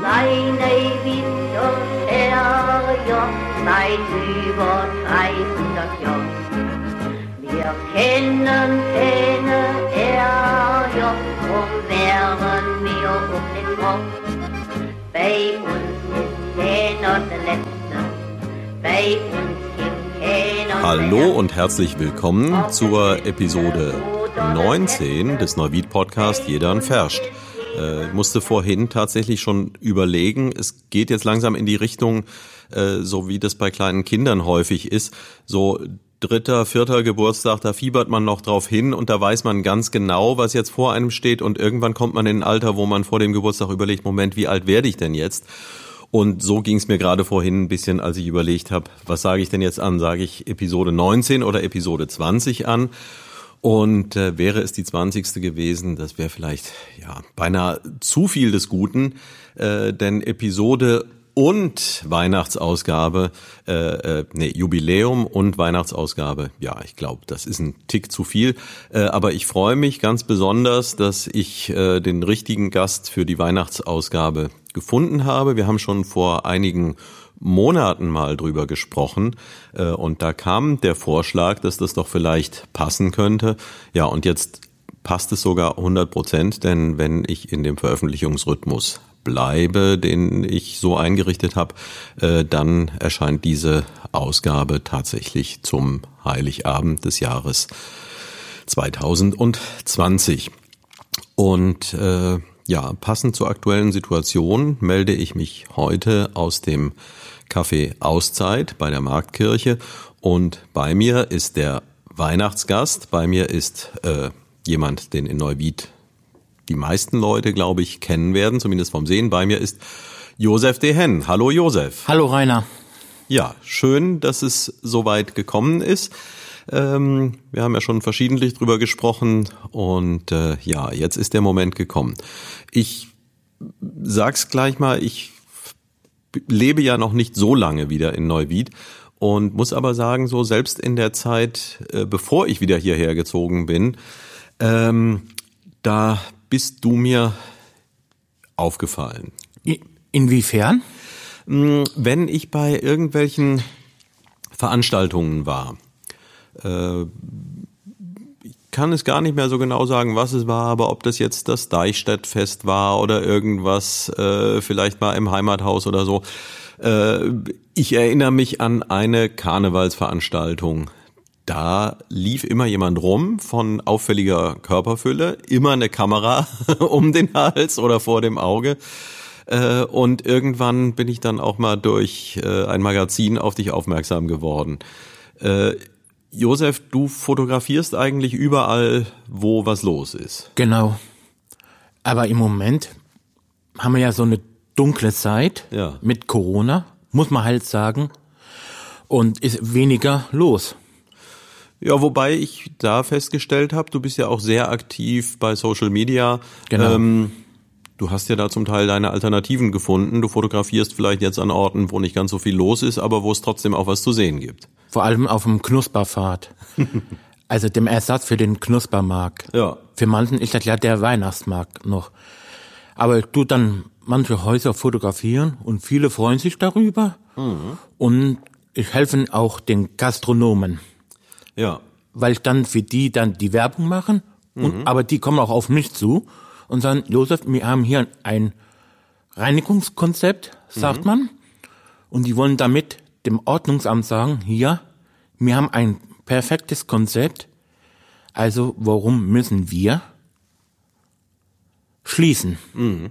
Seine Winterferien seit über 300 Jahren. Wir kennen keine Ärger, drum wären wir um den Mord. Bei uns ist keiner der Letzte, bei uns gibt keiner. Hallo und herzlich willkommen zur Episode 19 des Neuwied-Podcasts Jeder ein Verscht. Ich musste vorhin tatsächlich schon überlegen, es geht jetzt langsam in die Richtung, so wie das bei kleinen Kindern häufig ist, so 3., 4. Geburtstag, da fiebert man noch drauf hin und da weiß man ganz genau, was jetzt vor einem steht und irgendwann kommt man in ein Alter, wo man vor dem Geburtstag überlegt, Moment, wie alt werde ich denn jetzt? Und so ging es mir gerade vorhin ein bisschen, als ich überlegt habe, was sage ich denn jetzt an? Sage ich Episode 19 oder Episode 20 an? Und wäre es die 20. gewesen, das wäre vielleicht beinahe zu viel des Guten, denn Episode und Weihnachtsausgabe, Jubiläum und Weihnachtsausgabe, ich glaube, das ist ein Tick zu viel. Aber ich freue mich ganz besonders, dass ich den richtigen Gast für die Weihnachtsausgabe gefunden habe. Wir haben schon vor einigen Monaten mal drüber gesprochen und da kam der Vorschlag, dass das doch vielleicht passen könnte. Ja, und jetzt passt es sogar 100%, denn wenn ich in dem Veröffentlichungsrhythmus bleibe, den ich so eingerichtet habe, dann erscheint diese Ausgabe tatsächlich zum Heiligabend des Jahres 2020. Und passend zur aktuellen Situation melde ich mich heute aus dem Café Auszeit bei der Marktkirche und bei mir ist der Weihnachtsgast, bei mir ist jemand, den in Neuwied die meisten Leute, glaube ich, kennen werden, zumindest vom Sehen. Bei mir ist Josef de Henn. Hallo Josef. Hallo Rainer. Ja, schön, dass es soweit gekommen ist. Wir haben ja schon verschiedentlich drüber gesprochen und jetzt ist der Moment gekommen. Ich sag's gleich mal, ich lebe ja noch nicht so lange wieder in Neuwied und muss aber sagen, so selbst in der Zeit, bevor ich wieder hierher gezogen bin, da bist du mir aufgefallen. Inwiefern? Wenn ich bei irgendwelchen Veranstaltungen war, ich kann es gar nicht mehr so genau sagen, was es war, aber ob das jetzt das Deichstädtfest war oder irgendwas, vielleicht mal im Heimathaus oder so. Ich erinnere mich an eine Karnevalsveranstaltung. Da lief immer jemand rum von auffälliger Körperfülle, immer eine Kamera um den Hals oder vor dem Auge. Und irgendwann bin ich dann auch mal durch ein Magazin auf dich aufmerksam geworden. Josef, du fotografierst eigentlich überall, wo was los ist. Genau. Aber im Moment haben wir ja so eine dunkle Zeit mit Corona, muss man halt sagen, und ist weniger los. Ja, wobei ich da festgestellt habe, du bist ja auch sehr aktiv bei Social Media. Genau. Du hast ja da zum Teil deine Alternativen gefunden. Du fotografierst vielleicht jetzt an Orten, wo nicht ganz so viel los ist, aber wo es trotzdem auch was zu sehen gibt. Vor allem auf dem Knusperpfad. Also dem Ersatz für den Knuspermarkt. Ja. Für manchen ist das ja der Weihnachtsmarkt noch. Aber ich tue dann manche Häuser fotografieren und viele freuen sich darüber. Mhm. Und ich helfe auch den Gastronomen. Ja. Weil ich dann für die dann die Werbung machen, aber die kommen auch auf mich zu und sagen, Josef, wir haben hier ein Reinigungskonzept, sagt man, und die wollen damit dem Ordnungsamt sagen, hier, wir haben ein perfektes Konzept, also warum müssen wir schließen? Mhm.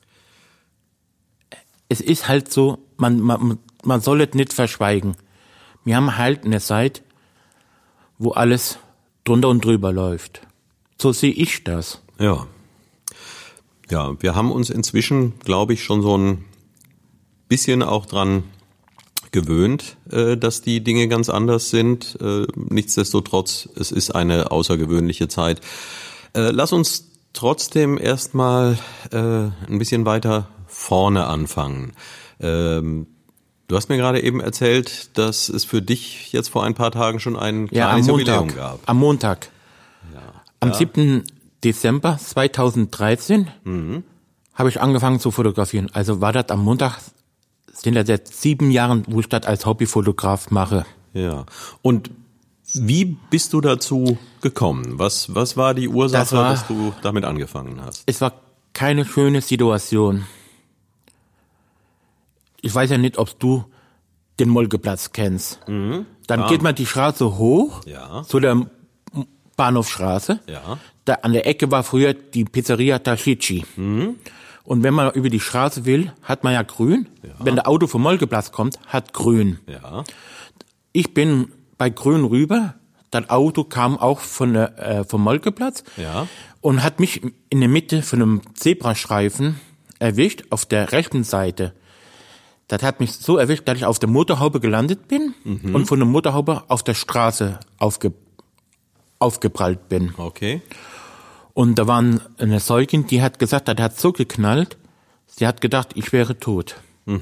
Es ist halt so, man soll es nicht verschweigen. Wir haben halt eine Zeit, wo alles drunter und drüber läuft. So sehe ich das. Ja. Ja, wir haben uns inzwischen, glaube ich, schon so ein bisschen auch dran gewöhnt, dass die Dinge ganz anders sind. Nichtsdestotrotz, es ist eine außergewöhnliche Zeit. Lass uns trotzdem erstmal ein bisschen weiter vorne anfangen. Du hast mir gerade eben erzählt, dass es für dich jetzt vor ein paar Tagen schon ein kleines Jubiläum gab. Am Montag. Am 7. Dezember 2013 habe ich angefangen zu fotografieren. Also war das am Montag, sind das jetzt 7 Jahren, wo ich das als Hobbyfotograf mache. Ja. Und wie bist du dazu gekommen? Was war die Ursache, dass du damit angefangen hast? Es war keine schöne Situation. Ich weiß ja nicht, ob du den Molkeplatz kennst. Dann geht man die Straße hoch, zu der Bahnhofstraße. Ja. Da an der Ecke war früher die Pizzeria Tashichi. Und wenn man über die Straße will, hat man ja grün. Ja. Wenn der Auto vom Molkeplatz kommt, hat grün. Ja. Ich bin bei grün rüber. Das Auto kam auch vom Molkeplatz und hat mich in der Mitte von einem Zebrastreifen erwischt, auf der rechten Seite. Das hat mich so erwischt, dass ich auf der Motorhaube gelandet bin und von der Motorhaube auf der Straße aufgeprallt bin. Okay. Und da war eine Zeugin, die hat gesagt, das hat so geknallt, sie hat gedacht, ich wäre tot.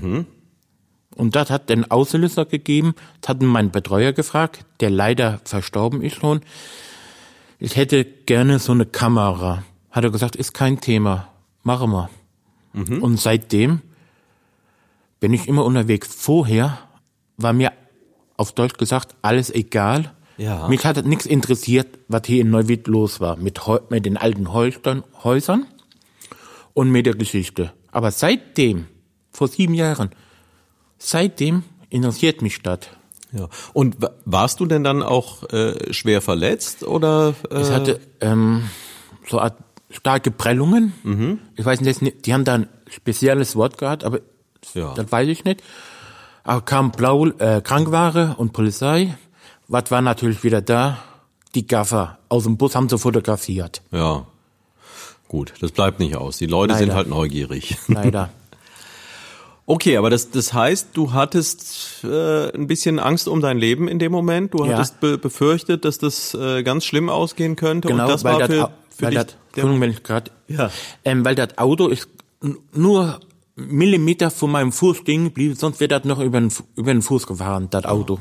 Und das hat den Auslöser gegeben, das hat mein Betreuer gefragt, der leider verstorben ist schon. Ich hätte gerne so eine Kamera. Hat er gesagt, ist kein Thema, machen wir. Und seitdem bin ich immer unterwegs. Vorher war mir auf Deutsch gesagt alles egal. Ja. Mich hat nichts interessiert, was hier in Neuwied los war, mit den alten Häusern und mit der Geschichte. Aber seitdem, vor 7 Jahren, seitdem interessiert mich das. Ja. Und warst du denn dann auch schwer verletzt oder? Ich hatte so eine Art starke Prellungen. Ich weiß nicht, die haben da ein spezielles Wort gehabt, aber das weiß ich nicht. Aber kam Krankware und Polizei. Was war natürlich wieder da? Die Gaffer aus dem Bus haben sie fotografiert. Ja, gut, das bleibt nicht aus. Die Leute sind halt neugierig. Leider. Okay, aber das heißt, du hattest ein bisschen Angst um dein Leben in dem Moment. Du hattest befürchtet, dass das ganz schlimm ausgehen könnte. Genau, und das weil war das, für weil dich das, Entschuldigung, wenn ich gerade, Ja. Weil das Auto ist nur Millimeter von meinem Fuß stehen geblieben, sonst wäre das noch über den Fuß gefahren, das Auto.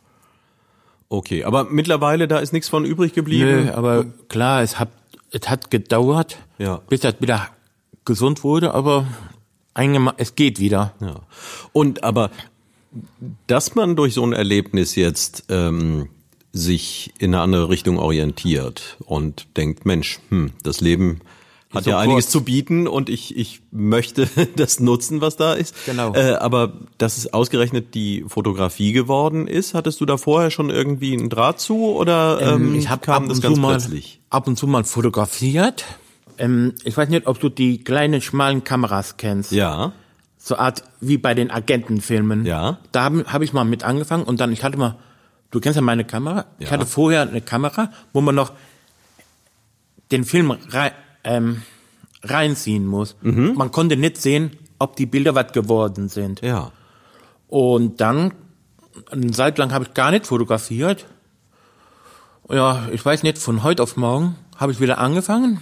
Okay, aber mittlerweile, da ist nichts von übrig geblieben? Nö, aber klar, es hat gedauert, bis das wieder gesund wurde, aber es geht wieder. Ja. Und aber, dass man durch so ein Erlebnis jetzt sich in eine andere Richtung orientiert und denkt, Mensch, das Leben hat ja einiges zu bieten und ich möchte das nutzen, was da ist. Genau. Aber dass es ausgerechnet die Fotografie geworden ist, hattest du da vorher schon irgendwie einen Draht zu oder kam das ganz plötzlich? Ab und zu mal fotografiert. Ich weiß nicht, ob du die kleinen, schmalen Kameras kennst. Ja. So Art wie bei den Agentenfilmen. Ja. Da hab ich mal mit angefangen und dann, du kennst ja meine Kamera. Ich hatte vorher eine Kamera, wo man noch den Film reinziehen muss. Man konnte nicht sehen, ob die Bilder was geworden sind. Ja. Und dann, eine Zeit lang habe ich gar nicht fotografiert. Ja, ich weiß nicht, von heute auf morgen habe ich wieder angefangen.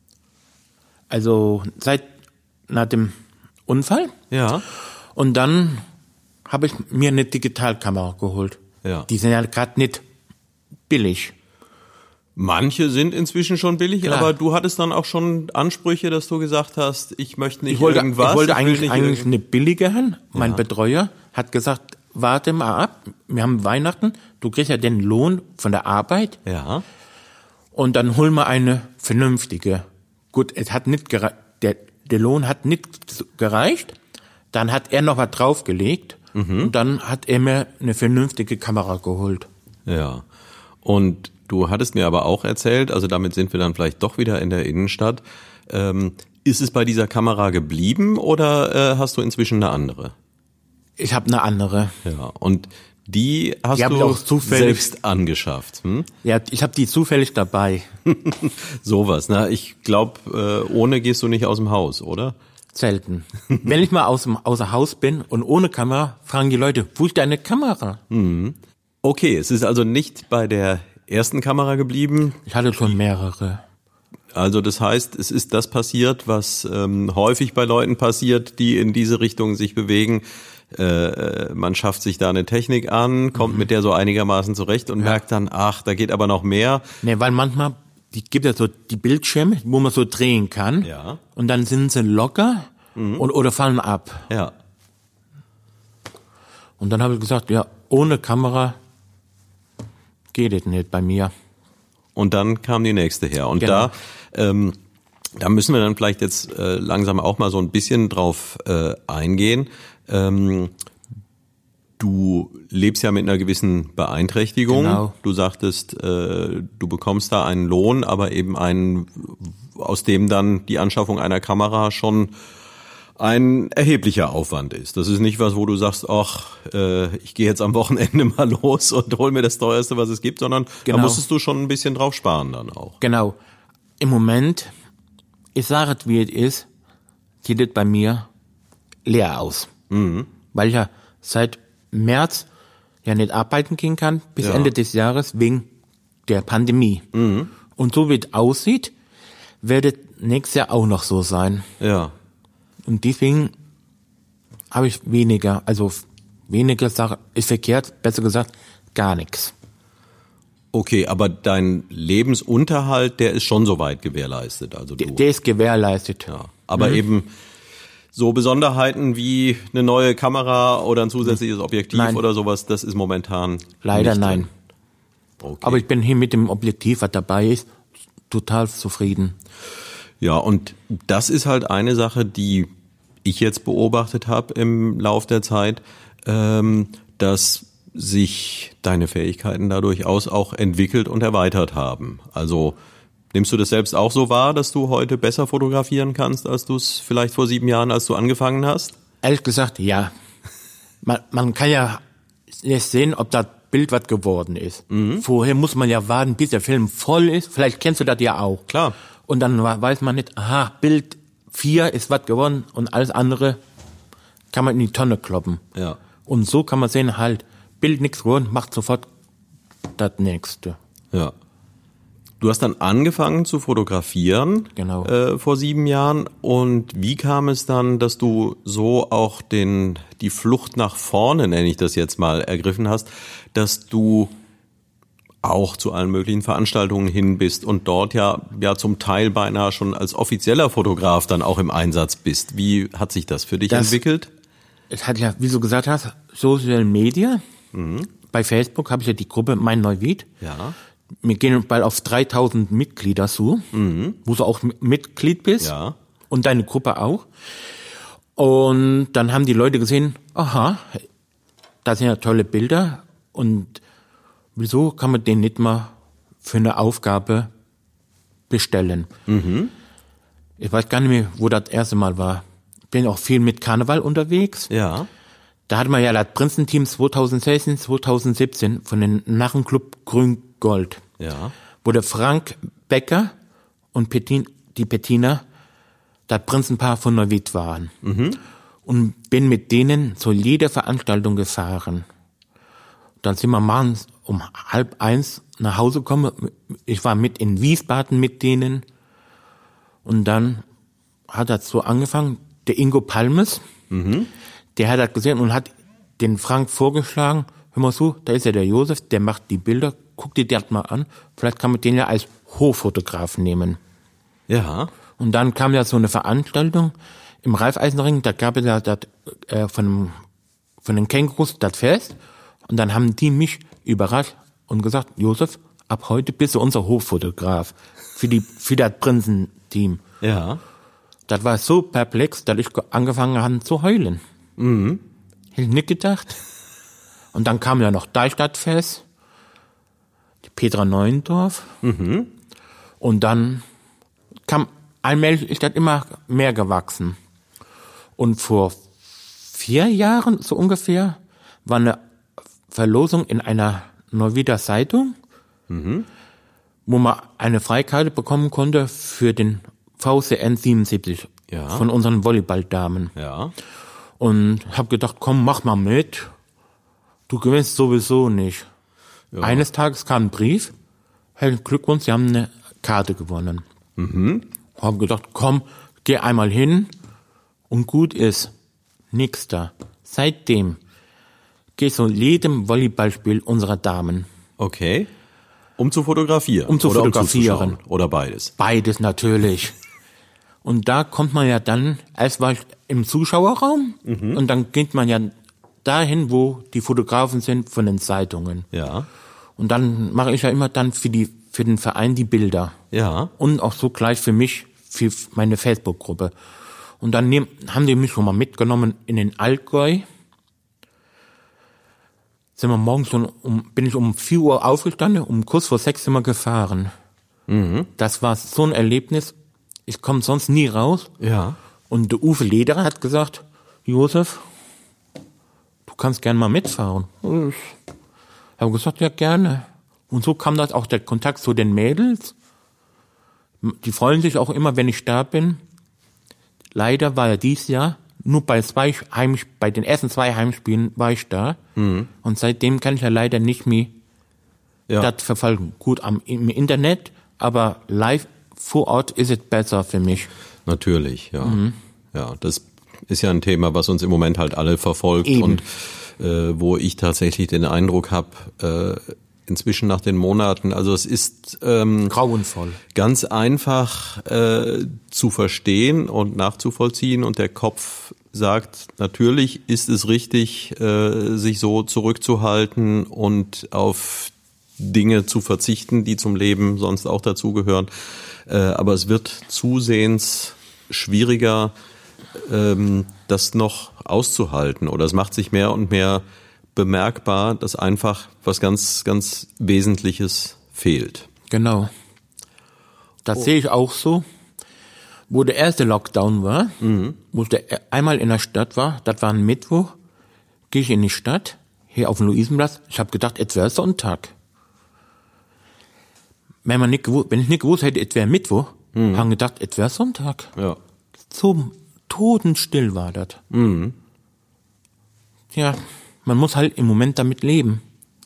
Also nach dem Unfall. Ja. Und dann habe ich mir eine Digitalkamera geholt. Ja. Die sind ja gerade nicht billig. Manche sind inzwischen schon billig, Klar. aber du hattest dann auch schon Ansprüche, dass du gesagt hast, ich möchte nicht Ich wollte eigentlich eine billige haben. Mein Betreuer hat gesagt, warte mal ab, wir haben Weihnachten, du kriegst ja den Lohn von der Arbeit. Ja. Und dann hol mal eine vernünftige. Gut, es hat nicht der Lohn hat nicht gereicht. Dann hat er noch was draufgelegt und dann hat er mir eine vernünftige Kamera geholt. Ja. Und du hattest mir aber auch erzählt, also damit sind wir dann vielleicht doch wieder in der Innenstadt. Ist es bei dieser Kamera geblieben oder hast du inzwischen eine andere? Ich habe eine andere. Ja. Und die hast hab ich du auch zufällig selbst angeschafft. Ja, ich habe die zufällig dabei. Sowas, ne? Ich glaube, ohne gehst du nicht aus dem Haus, oder? Selten. Wenn ich mal außer Haus bin und ohne Kamera, fragen die Leute, wo ist deine Kamera? Okay, es ist also nicht bei der ersten Kamera geblieben. Ich hatte schon mehrere. Also das heißt, es ist das passiert, was häufig bei Leuten passiert, die in diese Richtung sich bewegen. Man schafft sich da eine Technik an, kommt mit der so einigermaßen zurecht und merkt dann, ach, da geht aber noch mehr. Nee, weil manchmal die gibt ja so die Bildschirme, wo man so drehen kann. Ja. Und dann sind sie locker oder fallen ab. Ja. Und dann habe ich gesagt, ja, ohne Kamera geht es nicht bei mir. Und dann kam die nächste her. Und Genau. da müssen wir dann vielleicht jetzt langsam auch mal so ein bisschen drauf eingehen. Du lebst ja mit einer gewissen Beeinträchtigung. Genau. Du sagtest, du bekommst da einen Lohn, aber eben einen, aus dem dann die Anschaffung einer Kamera schon ein erheblicher Aufwand ist. Das ist nicht was, wo du sagst, ach, ich gehe jetzt am Wochenende mal los und hol mir das teuerste, was es gibt, sondern da musstest du schon ein bisschen drauf sparen dann auch. Genau. Im Moment, ich sage es wie es ist, sieht es bei mir leer aus. Weil ich ja seit März ja nicht arbeiten gehen kann, bis Ende des Jahres wegen der Pandemie. Und so wie es aussieht, wird es nächstes Jahr auch noch so sein. Ja. Und deswegen habe ich weniger Sache, ist verkehrt, besser gesagt, gar nichts. Okay, aber dein Lebensunterhalt, der ist schon soweit gewährleistet. Also du. Der ist gewährleistet. Ja. Aber eben so Besonderheiten wie eine neue Kamera oder ein zusätzliches Objektiv oder sowas, das ist momentan leider nicht nein. drin. Okay. Aber ich bin hier mit dem Objektiv, was dabei ist, total zufrieden. Ja, und das ist halt eine Sache, die ich jetzt beobachtet habe im Lauf der Zeit, dass sich deine Fähigkeiten da durchaus auch entwickelt und erweitert haben. Also nimmst du das selbst auch so wahr, dass du heute besser fotografieren kannst, als du es vielleicht vor 7 Jahren, als du angefangen hast? Ehrlich gesagt, ja. Man kann ja jetzt sehen, ob das Bild was geworden ist. Vorher muss man ja warten, bis der Film voll ist. Vielleicht kennst du das ja auch. Klar. Und dann weiß man nicht, aha, Bild 4 ist was geworden und alles andere kann man in die Tonne kloppen. Ja. Und so kann man sehen, halt, Bild nichts geworden, macht sofort das nächste. Ja. Du hast dann angefangen zu fotografieren, Genau. Vor 7 Jahren. Und wie kam es dann, dass du so auch die Flucht nach vorne, nenne ich das jetzt mal, ergriffen hast, dass du auch zu allen möglichen Veranstaltungen hin bist und dort ja zum Teil beinahe schon als offizieller Fotograf dann auch im Einsatz bist. Wie hat sich das für dich entwickelt? Es hat ja, wie du gesagt hast, Social Media. Bei Facebook habe ich ja die Gruppe Mein Neuwied. Ja. Wir gehen bald auf 3000 Mitglieder zu, wo du auch Mitglied bist. Ja. Und deine Gruppe auch. Und dann haben die Leute gesehen, aha, da sind ja tolle Bilder und wieso kann man den nicht mal für eine Aufgabe bestellen? Ich weiß gar nicht mehr, wo das erste Mal war. Bin auch viel mit Karneval unterwegs. Ja. Da hatten wir ja das Prinzenteam 2016, 2017 von den Narrenclub Grün-Gold. Ja. Wo der Frank Becker und die Bettina das Prinzenpaar von Neuwied waren. Und bin mit denen zu jeder Veranstaltung gefahren. Dann sind wir morgens um 12:30 nach Hause gekommen. Ich war mit in Wiesbaden mit denen. Und dann hat das so angefangen. Der Ingo Palmes, der hat das gesehen und hat den Frank vorgeschlagen, hör mal zu, da ist ja der Josef, der macht die Bilder, guck dir das mal an. Vielleicht kann man den ja als Hochfotograf nehmen. Ja. Und dann kam ja so eine Veranstaltung im Raiffeisenring, da gab es ja das, von den Kängurus das Fest. Und dann haben die mich überrascht und gesagt, Josef, ab heute bist du unser Hochfotograf für das Prinzenteam. Ja. Das war so perplex, dass ich angefangen habe zu heulen. Hätte ich nicht gedacht. Und dann kam ja noch Deichstadtfest, die Petra Neuendorf. Und dann allmählich ist das immer mehr gewachsen. Und vor 4 Jahren, so ungefähr, war eine Verlosung in einer Neuwieder Zeitung, wo man eine Freikarte bekommen konnte für den VCN 77 von unseren Volleyballdamen. Ja. Und habe gedacht, komm, mach mal mit. Du gewinnst sowieso nicht. Ja. Eines Tages kam ein Brief, hey, Glückwunsch, Sie haben eine Karte gewonnen. Habe gedacht, komm, geh einmal hin und gut ist. Nix da. Seitdem gehst du jedem Volleyballspiel unserer Damen. Okay. Um zu fotografieren. Um zu oder fotografieren. Um zuzuschauen. Oder beides. Beides natürlich. Und da kommt man ja dann, erst war ich im Zuschauerraum und dann geht man ja dahin, wo die Fotografen sind von den Zeitungen. Ja. Und dann mache ich ja immer dann für den Verein die Bilder. Ja. Und auch so gleich für mich, für meine Facebook-Gruppe. Und dann haben die mich schon mal mitgenommen in den Allgäu. Sind wir morgens bin ich um 4 Uhr aufgestanden, um kurz vor 6 sind wir gefahren. Das war so ein Erlebnis. Ich komme sonst nie raus. Ja. Und der Uwe Lederer hat gesagt, Josef, du kannst gerne mal mitfahren. Ich habe gesagt, ja gerne. Und so kam das auch der Kontakt zu den Mädels. Die freuen sich auch immer, wenn ich da bin. Leider war ja dieses Jahr nur bei den ersten 2 Heimspielen war ich da. Und seitdem kann ich ja leider nicht mehr das verfolgen. Gut, im Internet, aber live vor Ort ist es besser für mich. Natürlich, ja. Ja, das ist ja ein Thema, was uns im Moment halt alle verfolgt. Eben. Und wo ich tatsächlich den Eindruck habe, inzwischen nach den Monaten, also es ist grauenvoll. Ganz einfach zu verstehen und nachzuvollziehen, und der Kopf sagt, natürlich ist es richtig, sich so zurückzuhalten und auf Dinge zu verzichten, die zum Leben sonst auch dazugehören. Aber es wird zusehends schwieriger, das noch auszuhalten, oder es macht sich mehr und mehr bemerkbar, dass einfach was ganz, ganz Wesentliches fehlt. Genau. Das sehe ich auch so. Wo der erste Lockdown war, wo ich einmal in der Stadt war, das war ein Mittwoch, gehe ich in die Stadt, hier auf dem Luisenplatz. Ich habe gedacht, es wäre Sonntag. Wenn ich nicht gewusst hätte, es wäre Mittwoch, haben gedacht, es wäre Sonntag. Ja. So totenstill war das. Ja, man muss halt im Moment damit leben.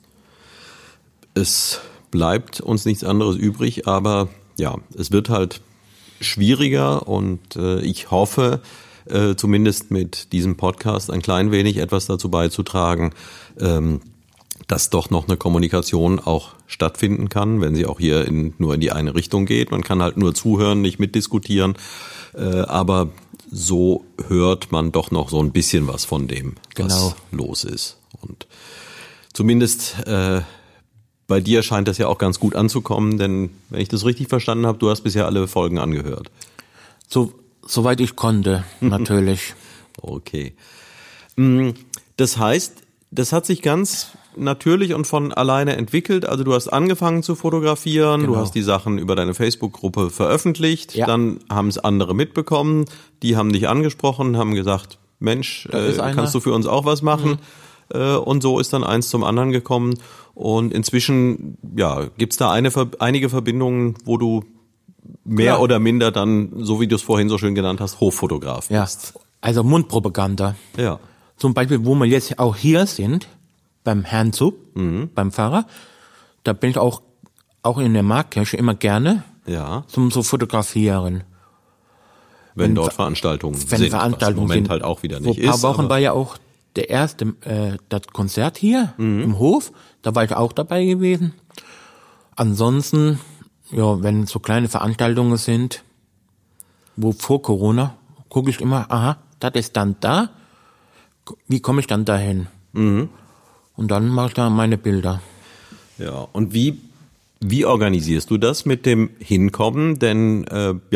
Es bleibt uns nichts anderes übrig, aber ja, es wird halt schwieriger, und ich hoffe, zumindest mit diesem Podcast ein klein wenig etwas dazu beizutragen, dass doch noch eine Kommunikation auch stattfinden kann, wenn sie auch hier nur in die eine Richtung geht. Man kann halt nur zuhören, nicht mitdiskutieren, aber so hört man doch noch so ein bisschen was von dem, was los ist. Und zumindest bei dir scheint das ja auch ganz gut anzukommen, denn wenn ich das richtig verstanden habe, du hast bisher alle Folgen angehört. Soweit ich konnte, natürlich. Okay. Das heißt, das hat sich ganz natürlich und von alleine entwickelt. Also du hast angefangen zu fotografieren, Genau. Du hast die Sachen über deine Facebook-Gruppe veröffentlicht, Ja. Dann haben es andere mitbekommen, die haben dich angesprochen, haben gesagt, Mensch, kannst du für uns auch was machen? Und so ist dann eins zum anderen gekommen. Und inzwischen, ja, gibt's da einige Verbindungen, wo du mehr oder minder dann, so wie du es vorhin so schön genannt hast, Hoffotograf Ja, bist. also Mundpropaganda. Ja. Zum Beispiel, wo wir jetzt auch hier sind, beim Herrn Zub, beim Pfarrer, da bin ich auch in der Marktkirche immer gerne zum so fotografieren. Wenn dort Veranstaltungen sind, Veranstaltungen was im Moment sind. halt auch wieder Vor nicht ein paar ist. Wochen aber war ja auch der erste, das Konzert hier im Hof, da war ich auch dabei gewesen. Ansonsten, ja, wenn so kleine Veranstaltungen sind, wo vor Corona, gucke ich immer, aha, das ist dann da, wie komme ich dann dahin? Und dann mache ich da meine Bilder. Ja, und wie organisierst du das mit dem Hinkommen? Denn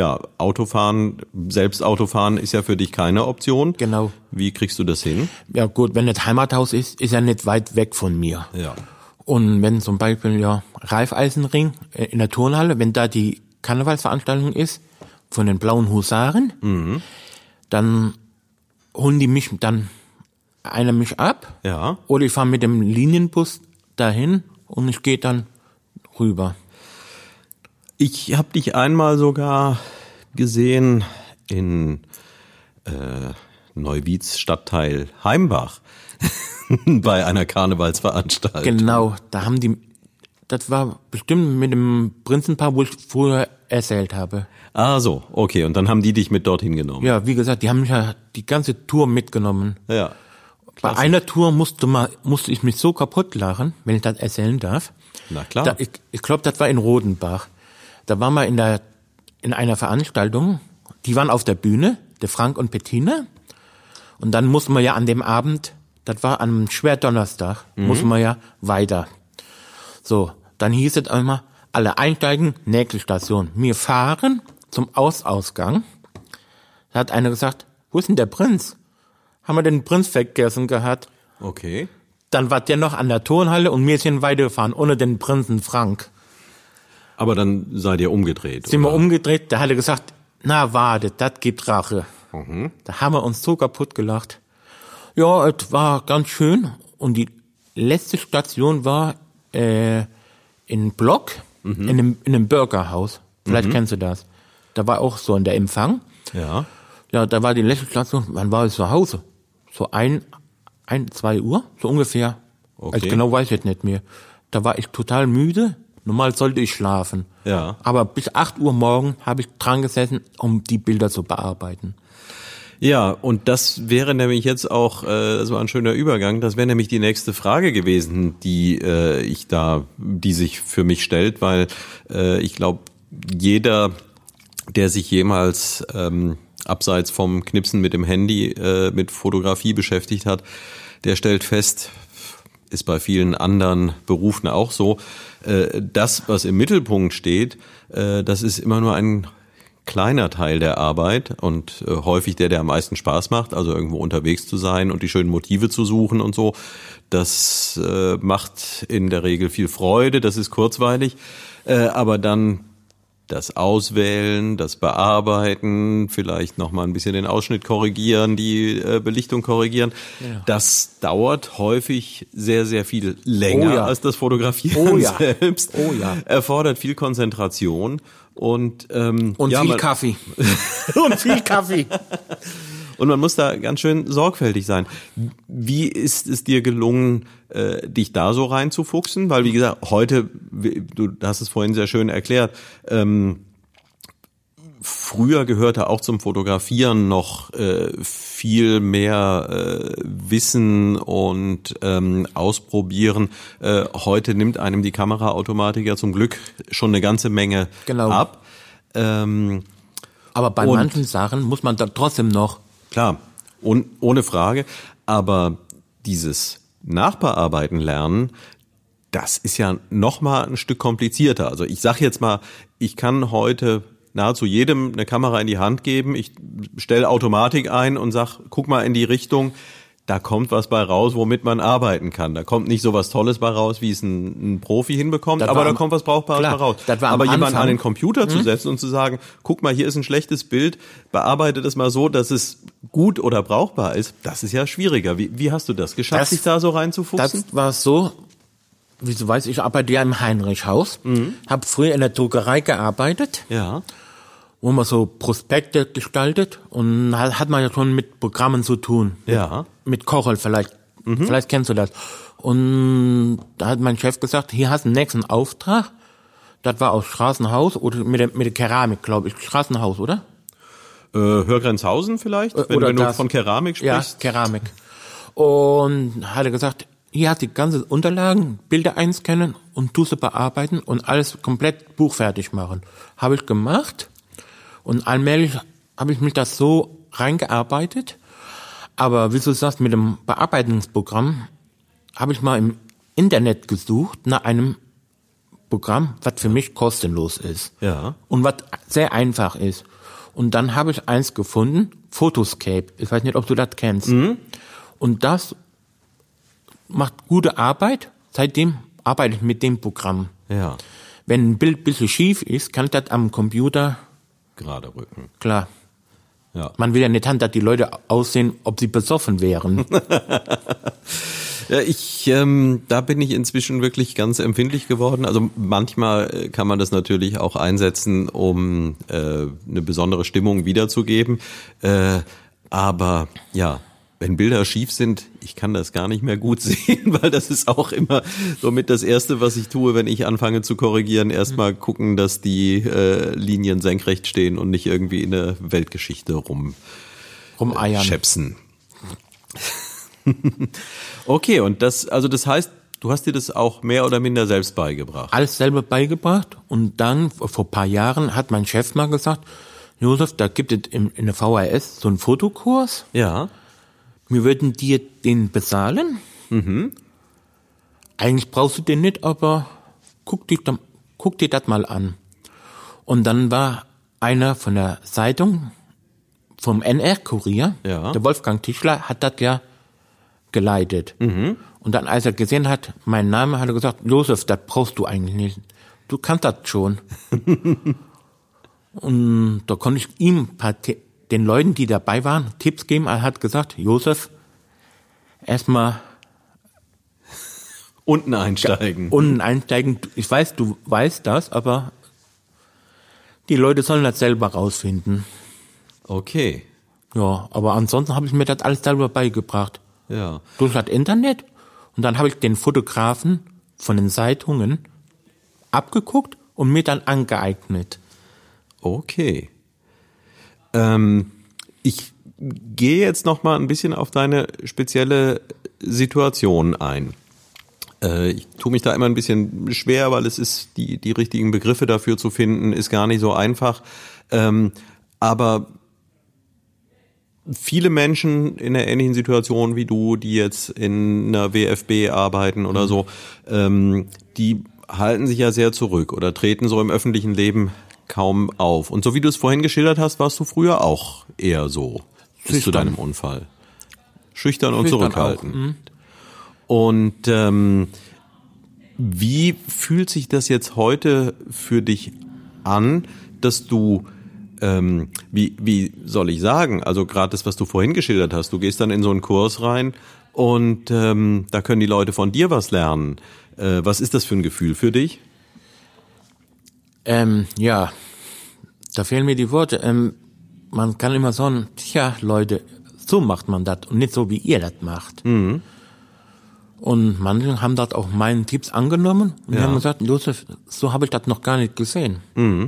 selbst Autofahren ist ja für dich keine Option. Genau. Wie kriegst du das hin? Ja gut, wenn das Heimathaus ist ja nicht weit weg von mir. Ja. Und wenn zum Beispiel Raiffeisenring in der Turnhalle, wenn da die Karnevalsveranstaltung ist von den Blauen Husaren, dann holen die mich einer mich ab, Ja. oder ich fahre mit dem Linienbus dahin und ich gehe dann rüber. Ich habe dich einmal sogar gesehen in Neuwieds Stadtteil Heimbach bei einer Karnevalsveranstaltung. Genau, das war bestimmt mit dem Prinzenpaar, wo ich früher erzählt habe. Ah so, okay, und dann haben die dich mit dorthin genommen. Ja, wie gesagt, die haben mich ja die ganze Tour mitgenommen. Ja. Bei einer Tour musste ich mich so kaputt lachen, wenn ich das erzählen darf. Na klar. Ich glaube, das war in Rodenbach. Da waren wir in einer Veranstaltung. Die waren auf der Bühne, der Frank und Bettina. Und dann mussten wir ja an dem Abend, das war am Schwerdonnerstag, mussten wir ja weiter. So, dann hieß es einmal, alle einsteigen, nächste Station. Wir fahren zum Ausgang. Da hat einer gesagt, wo ist denn der Prinz? Haben wir den Prinz vergessen gehabt? Okay. Dann war der noch an der Turnhalle und wir sind weitergefahren, ohne den Prinzen Frank. Aber dann seid ihr umgedreht, Sind oder? wir umgedreht, da hat er gesagt, na warte, das gibt Rache. Da haben wir uns so kaputt gelacht. Ja, es war ganz schön. Und die letzte Station war in Block, in einem Burgerhaus. Vielleicht kennst du das. Da war auch so der Empfang. Ja. Ja, da war die letzte Station, wann war ich zu Hause? So 2 Uhr, so ungefähr. Okay. Also genau weiß ich jetzt nicht mehr. Da war ich total müde. Normal sollte ich schlafen. Ja. Aber bis 8 Uhr morgen habe ich dran gesessen, um die Bilder zu bearbeiten. Ja, und das wäre nämlich jetzt auch, das war ein schöner Übergang, das wäre nämlich die nächste Frage gewesen, die sich für mich stellt, weil ich glaube, jeder, der sich jemals abseits vom Knipsen mit dem Handy mit Fotografie beschäftigt hat, der stellt fest, ist bei vielen anderen Berufen auch so, das, was im Mittelpunkt steht, das ist immer nur ein kleiner Teil der Arbeit und häufig der am meisten Spaß macht, also irgendwo unterwegs zu sein und die schönen Motive zu suchen und so. Das macht in der Regel viel Freude, das ist kurzweilig, aber dann das Auswählen, das Bearbeiten, vielleicht nochmal ein bisschen den Ausschnitt korrigieren, die Belichtung korrigieren, das dauert häufig sehr, sehr viel länger als das Fotografieren selbst. Erfordert viel Konzentration und viel Kaffee. Und viel Kaffee. Und man muss da ganz schön sorgfältig sein. Wie ist es dir gelungen, dich da so reinzufuchsen? Weil, wie gesagt, heute, du hast es vorhin sehr schön erklärt, früher gehörte auch zum Fotografieren noch viel mehr Wissen und Ausprobieren. Heute nimmt einem die Kameraautomatik ja zum Glück schon eine ganze Menge ab. Aber bei manchen Sachen muss man da trotzdem noch. Klar, ohne Frage. Aber dieses Nachbearbeiten lernen, das ist ja noch mal ein Stück komplizierter. Also ich sag jetzt mal, ich kann heute nahezu jedem eine Kamera in die Hand geben. Ich stelle Automatik ein und sag, guck mal in die Richtung. Da kommt was bei raus, womit man arbeiten kann. Da kommt nicht so was Tolles bei raus, wie es ein Profi hinbekommt, aber da kommt was Brauchbares bei raus. Aber jemanden an den Computer zu setzen und zu sagen, guck mal, hier ist ein schlechtes Bild, bearbeite das mal so, dass es gut oder brauchbar ist, das ist ja schwieriger. Wie hast du das geschafft, sich da so reinzufuchsen? Das war so, wie du weißt, ich arbeite ja im Heinrichhaus, habe früher in der Druckerei gearbeitet. Ja. Wo man so Prospekte gestaltet und hat man ja schon mit Programmen zu tun. Ja. Mit Corel vielleicht. Vielleicht kennst du das. Und da hat mein Chef gesagt, hier hast du den nächsten Auftrag. Das war aus Straßenhaus oder mit der Keramik, glaube ich. Straßenhaus, oder? Hörgrenzhausen vielleicht, wenn du von Keramik sprichst. Ja, Keramik. Und hat er gesagt, hier hast du die ganzen Unterlagen, Bilder einscannen und du sie bearbeiten und alles komplett buchfertig machen. Habe ich gemacht. Und allmählich habe ich mich das so reingearbeitet. Aber wie du sagst, mit dem Bearbeitungsprogramm habe ich mal im Internet gesucht nach einem Programm, was für mich kostenlos ist. Ja. Und was sehr einfach ist. Und dann habe ich eins gefunden, Photoscape. Ich weiß nicht, ob du das kennst. Und das macht gute Arbeit. Seitdem arbeite ich mit dem Programm. Ja. Wenn ein Bild ein bisschen schief ist, kann ich das am Computer gerade rücken. Klar. Ja. Man will ja nicht, dass die Leute aussehen, ob sie besoffen wären. Ja, da bin ich inzwischen wirklich ganz empfindlich geworden. Also manchmal kann man das natürlich auch einsetzen, um eine besondere Stimmung wiederzugeben. Aber ja, wenn Bilder schief sind, ich kann das gar nicht mehr gut sehen, weil das ist auch immer somit das Erste, was ich tue, wenn ich anfange zu korrigieren. Erstmal gucken, dass die Linien senkrecht stehen und nicht irgendwie in der Weltgeschichte rumeiern. Schäpsen. Okay, und das heißt, Du hast dir das auch mehr oder minder selbst beigebracht? Alles selber beigebracht und dann, vor ein paar Jahren, hat mein Chef mal gesagt, Josef, da gibt es in der VHS so einen Fotokurs. Ja. Wir würden dir den bezahlen. Eigentlich brauchst du den nicht, aber guck dir das mal an. Und dann war einer von der Zeitung, vom NR-Kurier, Ja. der Wolfgang Tischler, hat das ja geleitet. Und dann, als er gesehen hat, meinen Namen, hat er gesagt, Josef, das brauchst du eigentlich nicht. Du kannst das schon. Und da konnte ich ihm den Leuten, die dabei waren, Tipps geben. Er hat gesagt, Josef, erstmal Unten einsteigen. Ich weiß, du weißt das, aber die Leute sollen das selber rausfinden. Okay. Ja, aber ansonsten habe ich mir das alles selber beigebracht. Ja. Durch das Internet. Und dann habe ich den Fotografen von den Zeitungen abgeguckt und mir dann angeeignet. Okay. Ich gehe jetzt noch mal ein bisschen auf deine spezielle Situation ein. Ich tue mich da immer ein bisschen schwer, weil es ist, die richtigen Begriffe dafür zu finden, ist gar nicht so einfach. Aber viele Menschen in einer ähnlichen Situation wie du, die jetzt in einer WFB arbeiten oder so, die halten sich ja sehr zurück oder treten so im öffentlichen Leben kaum auf. Und so wie du es vorhin geschildert hast, warst du früher auch eher so bis zu deinem Unfall. Schüchtern und zurückhaltend. Und wie fühlt sich das jetzt heute für dich an, dass du, wie soll ich sagen, also gerade das, was du vorhin geschildert hast, du gehst dann in so einen Kurs rein und da können die Leute von dir was lernen. Was ist das für ein Gefühl für dich? Ja, da fehlen mir die Worte. Man kann immer sagen, tja, Leute, so macht man das und nicht so, wie ihr das macht. Und manche haben das auch meinen Tipps angenommen und die haben gesagt, Josef, so habe ich das noch gar nicht gesehen.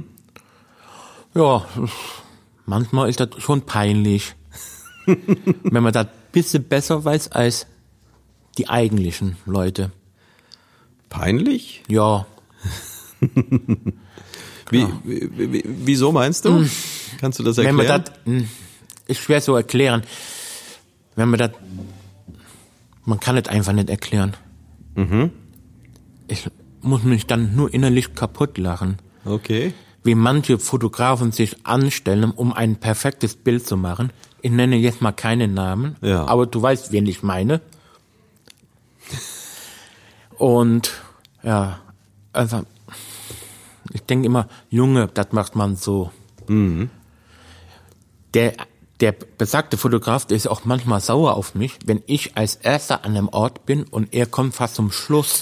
Ja, manchmal ist das schon peinlich, wenn man das ein bisschen besser weiß als die eigentlichen Leute. Peinlich? Ja. Wieso meinst du? Kannst du das erklären? Wenn man das, ist schwer zu erklären. Man kann es einfach nicht erklären. Ich muss mich dann nur innerlich kaputt lachen. Okay. Wie manche Fotografen sich anstellen, um ein perfektes Bild zu machen. Ich nenne jetzt mal keinen Namen, aber du weißt, wen ich meine. Und ja, also ich denke immer, Junge, das macht man so. Der besagte Fotograf, der ist auch manchmal sauer auf mich, wenn ich als Erster an einem Ort bin und er kommt fast zum Schluss.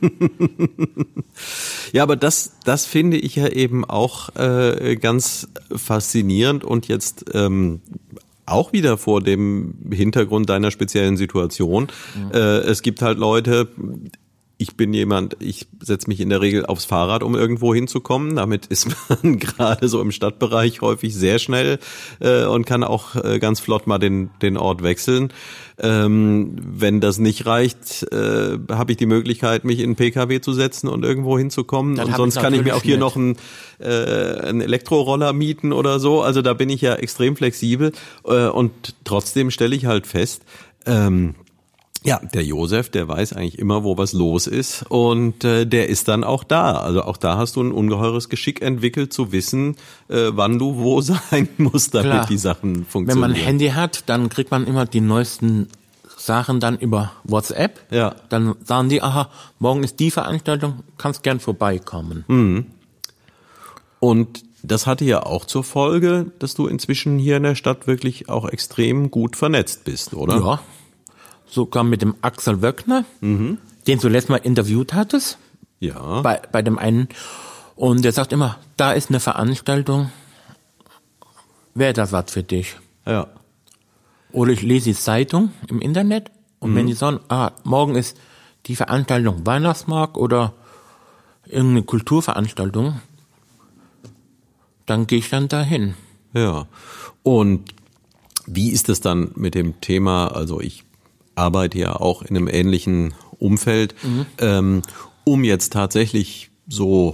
Ja, aber das finde ich ja eben auch ganz faszinierend und jetzt auch wieder vor dem Hintergrund deiner speziellen Situation. Es gibt halt Leute, ich setze mich in der Regel aufs Fahrrad, um irgendwo hinzukommen. Damit ist man gerade so im Stadtbereich häufig sehr schnell und kann auch ganz flott mal den Ort wechseln. Wenn das nicht reicht, habe ich die Möglichkeit, mich in einen PKW zu setzen und irgendwo hinzukommen. Dann und sonst kann ich mir auch hier nicht. noch einen Elektroroller mieten oder so. Also da bin ich ja extrem flexibel und trotzdem stelle ich halt fest, ja, der Josef, der weiß eigentlich immer, wo was los ist und der ist dann auch da. Also auch da hast du ein ungeheures Geschick entwickelt, zu wissen, wann du wo sein musst, damit Klar. die Sachen funktionieren. Wenn man ein Handy hat, dann kriegt man immer die neuesten Sachen dann über WhatsApp. Ja. Dann sagen die, aha, morgen ist die Veranstaltung, kannst gern vorbeikommen. Und das hatte ja auch zur Folge, dass du inzwischen hier in der Stadt wirklich auch extrem gut vernetzt bist, oder? Ja. Sogar mit dem Axel Wöckner, den du letztes Mal interviewt hattest. Ja. Bei dem einen. Und der sagt immer, da ist eine Veranstaltung, wäre das was für dich? Ja. Oder ich lese die Zeitung im Internet und wenn die sagen, morgen ist die Veranstaltung Weihnachtsmarkt oder irgendeine Kulturveranstaltung, dann gehe ich dann dahin. Ja. Und wie ist es dann mit dem Thema, also ich arbeite ja auch in einem ähnlichen Umfeld, um jetzt tatsächlich so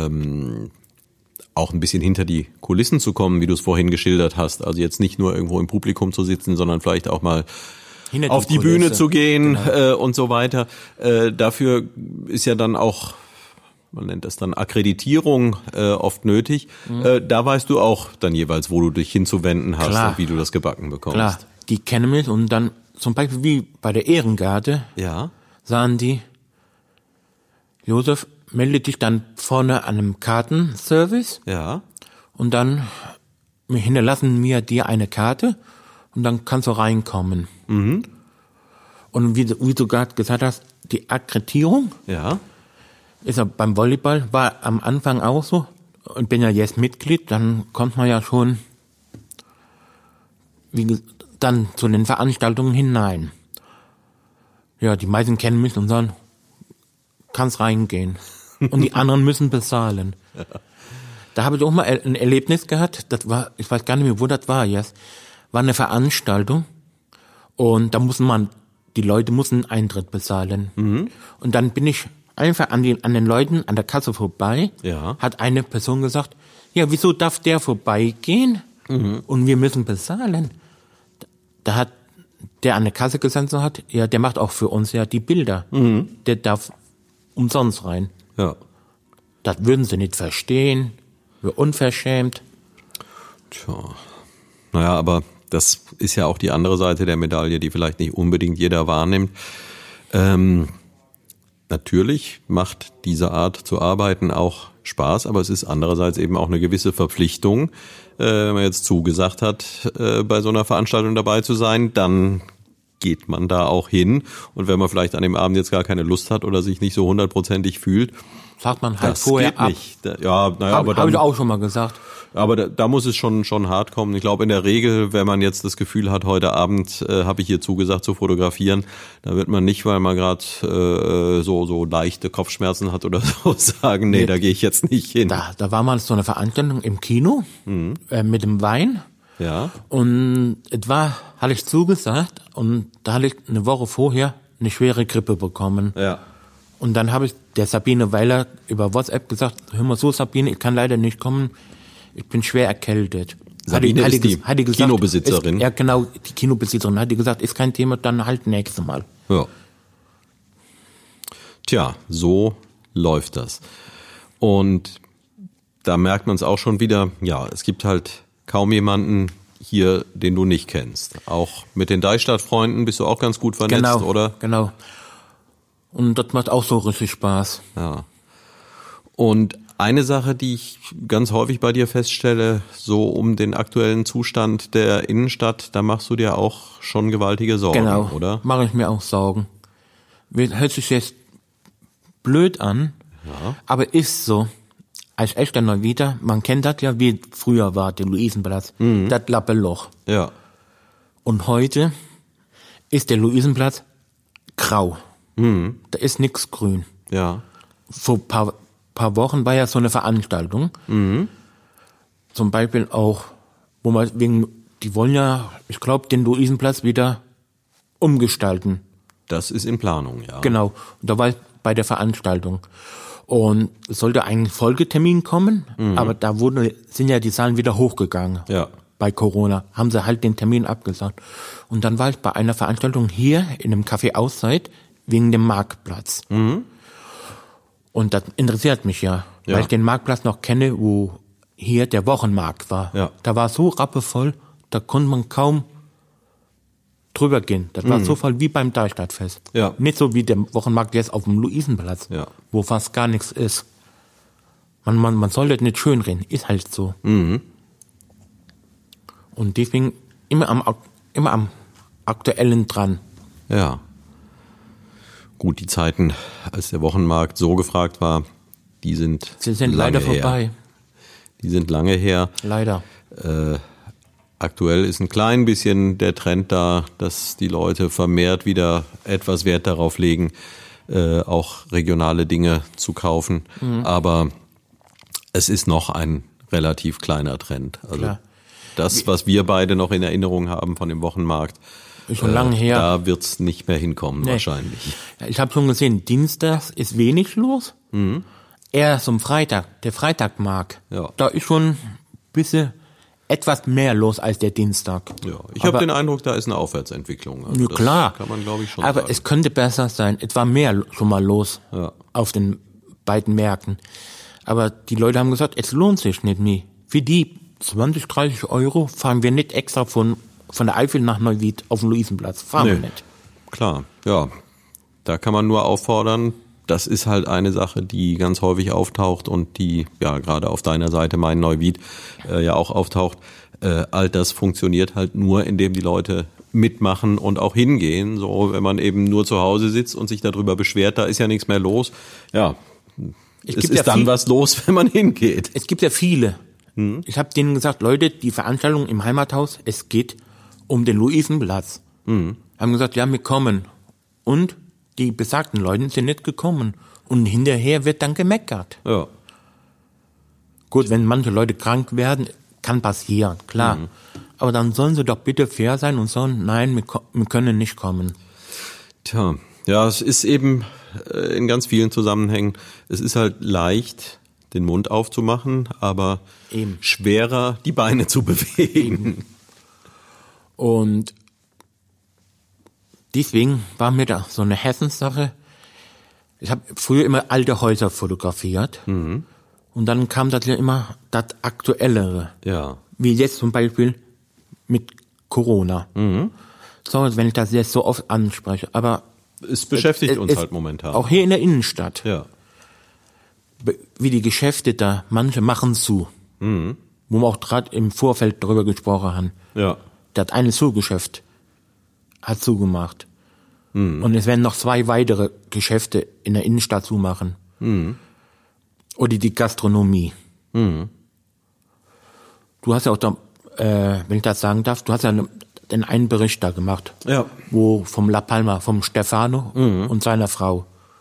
auch ein bisschen hinter die Kulissen zu kommen, wie du es vorhin geschildert hast. Also jetzt nicht nur irgendwo im Publikum zu sitzen, sondern vielleicht auch mal auf die Bühne zu gehen, und so weiter. Dafür ist ja dann auch, man nennt das dann Akkreditierung, oft nötig. Da weißt du auch dann jeweils, wo du dich hinzuwenden hast und wie du das gebacken bekommst. Klar, die kennen mich und dann zum Beispiel wie bei der Ehrengarde sagen die, Josef, melde dich dann vorne an einem Kartenservice und dann hinterlassen wir dir eine Karte und dann kannst du reinkommen. Und wie du gerade gesagt hast, die Akkreditierung ist ja beim Volleyball, war am Anfang auch so und bin ja jetzt Mitglied, dann kommt man ja schon dann zu den Veranstaltungen hinein. Ja, die meisten kennen mich und sagen, kannst reingehen. Und die anderen müssen bezahlen. Da habe ich auch mal ein Erlebnis gehabt, das war, ich weiß gar nicht mehr, wo das war jetzt, war eine Veranstaltung und da die Leute mussten Eintritt bezahlen. Und dann bin ich einfach an den Leuten an der Kasse vorbei, hat eine Person gesagt, ja, wieso darf der vorbeigehen und wir müssen bezahlen? Da hat der an der Kasse gesessen hat, ja, der macht auch für uns ja die Bilder. Der darf umsonst rein. Ja. Das würden sie nicht verstehen. Wäre unverschämt. Tja. Naja, aber das ist ja auch die andere Seite der Medaille, die vielleicht nicht unbedingt jeder wahrnimmt. Natürlich macht diese Art zu arbeiten auch Spaß, aber es ist andererseits eben auch eine gewisse Verpflichtung. Wenn man jetzt zugesagt hat, bei so einer Veranstaltung dabei zu sein, dann geht man da auch hin. Und wenn man vielleicht an dem Abend jetzt gar keine Lust hat oder sich nicht so 100%ig fühlt, sagt man halt vorher geht ab. Nicht. Aber habe ich auch schon mal gesagt. Aber da muss es schon hart kommen. Ich glaube, in der Regel, wenn man jetzt das Gefühl hat, heute Abend habe ich hier zugesagt zu fotografieren, da wird man nicht, weil man gerade so leichte Kopfschmerzen hat oder so, sagen, nee, da gehe ich jetzt nicht hin. Da war mal so eine Veranstaltung im Kino mit dem Wein. Ja. Und hatte ich zugesagt und da hatte ich eine Woche vorher eine schwere Grippe bekommen. Ja. Und dann habe ich der Sabine Weiler über WhatsApp gesagt, hör mal so Sabine, ich kann leider nicht kommen, ich bin schwer erkältet. Sabine ist die Kinobesitzerin. Ja genau, die Kinobesitzerin. Hat die gesagt, ist kein Thema, dann halt nächstes Mal. Ja. Tja, so läuft das. Und da merkt man es auch schon wieder, ja, es gibt halt kaum jemanden hier, den du nicht kennst. Auch mit den Deichstadt-Freunden bist du auch ganz gut vernetzt, oder? Genau. Und das macht auch so richtig Spaß. Ja. Und eine Sache, die ich ganz häufig bei dir feststelle, so um den aktuellen Zustand der Innenstadt, da machst du dir auch schon gewaltige Sorgen, oder? Genau, mache ich mir auch Sorgen. Hört sich jetzt blöd an, aber ist so. Als echter Neuwieder, man kennt das ja, wie früher war, der Luisenplatz, das Lappeloch. Ja. Und heute ist der Luisenplatz grau. Da ist nix grün. Ja. Vor paar Wochen war ja so eine Veranstaltung. Zum Beispiel auch, wo man die wollen ja, ich glaube, den Luisenplatz wieder umgestalten. Das ist in Planung, ja. Genau. Und da war ich bei der Veranstaltung. Und es sollte ein Folgetermin kommen, aber da sind ja die Zahlen wieder hochgegangen. Ja. Bei Corona haben sie halt den Termin abgesagt. Und dann war ich bei einer Veranstaltung hier in einem Café Auszeit wegen dem Marktplatz. Und das interessiert mich ja, weil ich den Marktplatz noch kenne, wo hier der Wochenmarkt war. Ja. Da war so rappevoll, da konnte man kaum drüber gehen. Das war so voll wie beim Deichstadtfest. Ja. Nicht so wie der Wochenmarkt jetzt auf dem Luisenplatz, wo fast gar nichts ist. Man soll das nicht schönreden, ist halt so. Und deswegen immer am Aktuellen dran. Ja. Gut, die Zeiten, als der Wochenmarkt so gefragt war, die sind leider vorbei. Her. Die sind lange her. Leider. Aktuell ist ein klein bisschen der Trend da, dass die Leute vermehrt wieder etwas Wert darauf legen, auch regionale Dinge zu kaufen. Aber es ist noch ein relativ kleiner Trend. Also das, was wir beide noch in Erinnerung haben von dem Wochenmarkt, Ist schon lange her. Da wird's nicht mehr hinkommen wahrscheinlich. Ja, ich habe schon gesehen, dienstags ist wenig los. Eher zum Freitag, der Freitagmarkt. Ja. Da ist schon ein bisschen etwas mehr los als der Dienstag. Ja, ich habe den Eindruck, da ist eine Aufwärtsentwicklung. Also ja, klar. Das kann man, glaube ich, schon aber sagen. es könnte besser sein. Es war mehr schon mal los auf den beiden Märkten. Aber die Leute haben gesagt, es lohnt sich nicht mehr. Für die 20, 30 Euro fahren wir nicht extra von der Eifel nach Neuwied auf den Luisenplatz. Fahren wir nicht. Klar, ja. Da kann man nur auffordern, das ist halt eine Sache, die ganz häufig auftaucht und die ja gerade auf deiner Seite Mein Neuwied ja auch auftaucht. All das funktioniert halt nur, indem die Leute mitmachen und auch hingehen. So, wenn man eben nur zu Hause sitzt und sich darüber beschwert, da ist ja nichts mehr los. Ja, es ist dann was los, wenn man hingeht. Es gibt ja viele. Ich habe denen gesagt, Leute, die Veranstaltung im Heimathaus, es geht um den Luisenplatz. Haben gesagt, ja, wir kommen. Und die besagten Leute sind nicht gekommen. Und hinterher wird dann gemeckert. Ja. Gut, wenn manche Leute krank werden, kann passieren, klar. Aber dann sollen sie doch bitte fair sein und sagen, nein, wir können nicht kommen. Tja, ja, es ist eben in ganz vielen Zusammenhängen, es ist halt leicht, den Mund aufzumachen, aber Eben. schwerer, die Beine zu bewegen. Und deswegen war mir da so eine Hessenssache. Ich habe früher immer alte Häuser fotografiert. Und dann kam das ja immer das Aktuellere. Ja. Wie jetzt zum Beispiel mit Corona. So, wenn ich das jetzt so oft anspreche. Aber Es beschäftigt uns halt momentan. auch hier in der Innenstadt. Ja. Wie die Geschäfte da, manche machen zu. Wo wir auch gerade im Vorfeld drüber gesprochen haben. Ja. Das eine Zugeschäft hat zugemacht. Und es werden noch 2 weitere Geschäfte in der Innenstadt zumachen. Oder die Gastronomie. Du hast ja auch da, wenn ich das sagen darf, du hast ja den einen Bericht da gemacht. Ja. Wo vom La Palma, vom Stefano und seiner Frau.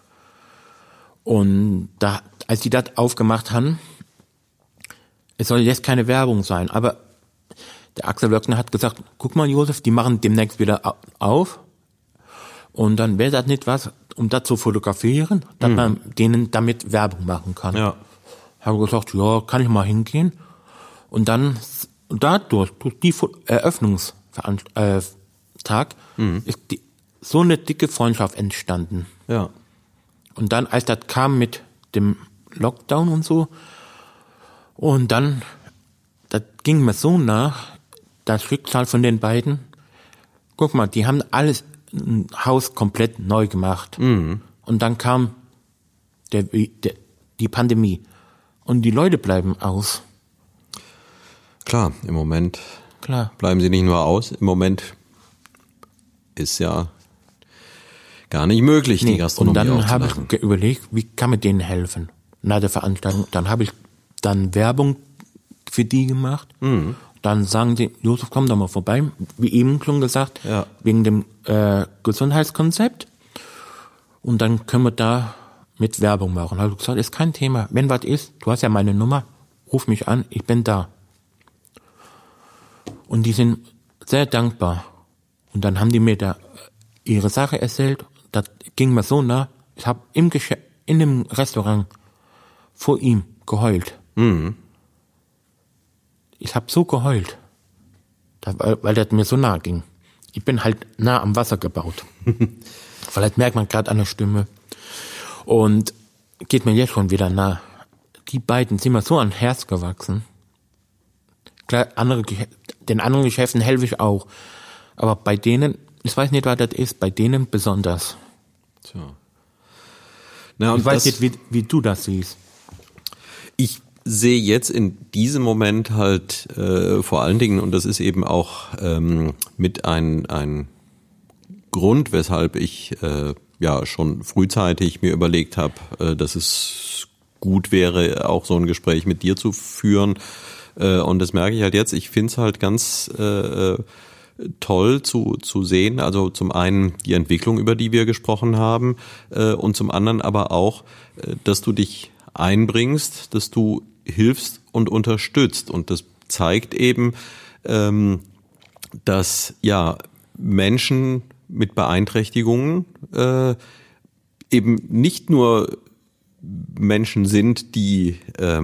Und da, als die das aufgemacht haben, es soll jetzt keine Werbung sein, aber der Axel Wöckner hat gesagt, guck mal Josef, die machen demnächst wieder auf und dann wäre das nicht was, um das zu fotografieren, dass man denen damit Werbung machen kann. Ja. Habe gesagt, ja, kann ich mal hingehen und dann durch die Eröffnungstag ist so eine dicke Freundschaft entstanden. Ja. Und dann, als das kam mit dem Lockdown und so, und dann, das ging mir so nach, das Schicksal von den beiden. Guck mal, die haben alles, ein Haus komplett neu gemacht. Und dann kam die Pandemie. Und die Leute bleiben aus. Klar, im Moment Klar. bleiben sie nicht nur aus, im Moment ist ja gar nicht möglich, die Gastronomie und dann habe aufzumachen. ich überlegt, wie kann man denen helfen? Nach der Veranstaltung. Dann habe ich dann Werbung für die gemacht. Dann sagen sie, Josef, komm doch mal vorbei. Wie eben schon gesagt, Ja. wegen dem Gesundheitskonzept. Und dann können wir da mit Werbung machen. Habe ich gesagt, ist kein Thema. Wenn was ist, du hast ja meine Nummer, ruf mich an, ich bin da. Und die sind sehr dankbar. Und dann haben die mir da ihre Sache erzählt. Das ging mir so nah. Ich habe in dem Restaurant vor ihm geheult. Ich habe so geheult, weil das mir so nah ging. Ich bin halt nah am Wasser gebaut. Vielleicht merkt man gerade an der Stimme. Und geht mir jetzt schon wieder nah. Die beiden sind mir so ans Herz gewachsen. Klar, den anderen Geschäften helfe ich auch. Aber bei denen, ich weiß nicht, was das ist, bei denen besonders. Tja. Na, und Ich weiß nicht, wie du das siehst. Ich sehe jetzt in diesem Moment halt vor allen Dingen, und das ist eben auch mit ein Grund, weshalb ich ja schon frühzeitig mir überlegt habe, dass es gut wäre, auch so ein Gespräch mit dir zu führen. Und das merke ich halt jetzt. Ich finde es halt ganz toll zu sehen. Also zum einen die Entwicklung, über die wir gesprochen haben, und zum anderen aber auch, dass du dich einbringst, dass du hilfst und unterstützt. Und das zeigt eben, dass ja Menschen mit Beeinträchtigungen eben nicht nur Menschen sind, die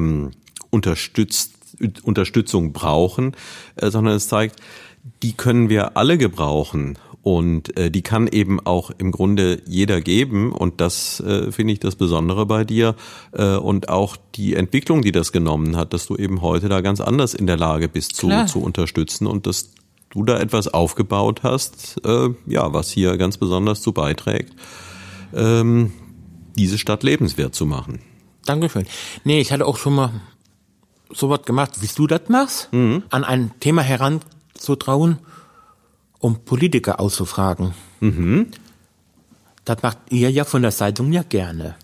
Unterstützung brauchen, sondern es zeigt, die können wir alle gebrauchen. Und die kann eben auch im Grunde jeder geben. Und das finde ich das Besondere bei dir. Und auch die Entwicklung, die das genommen hat, dass du eben heute da ganz anders in der Lage bist zu unterstützen und dass du da etwas aufgebaut hast, was hier ganz besonders zu beiträgt, diese Stadt lebenswert zu machen. Dankeschön. Nee, ich hatte auch schon mal sowas gemacht, wie du das machst, an ein Thema heranzutrauen, um Politiker auszufragen. Das macht ihr ja von der Zeitung ja gerne.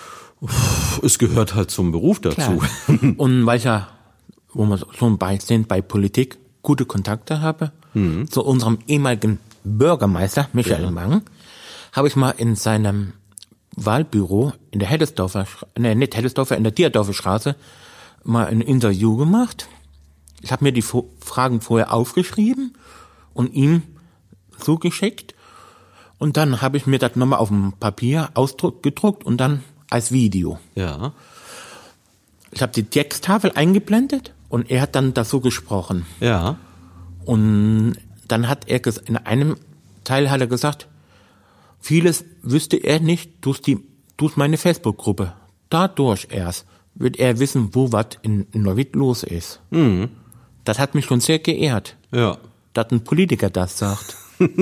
Es gehört halt zum Beruf dazu. Klar. Und weil ich ja, wo wir schon bei Politik, gute Kontakte habe, zu unserem ehemaligen Bürgermeister Michael Mang, habe ich mal in seinem Wahlbüro in der in der Dierdorfer Straße mal ein Interview gemacht. Ich habe mir die Fragen vorher aufgeschrieben und ihm zugeschickt. Und dann habe ich mir das nochmal auf dem Papier ausgedruckt und dann als Video. Ja. Ich habe die Texttafel eingeblendet und er hat dann dazu gesprochen. Ja. Und dann hat er in einem Teil hat er gesagt, vieles wüsste er nicht durch meine Facebook-Gruppe. Dadurch erst wird er wissen, wo was in Neuwied los ist. Das hat mich schon sehr geehrt. Ja. Dass ein Politiker das sagt.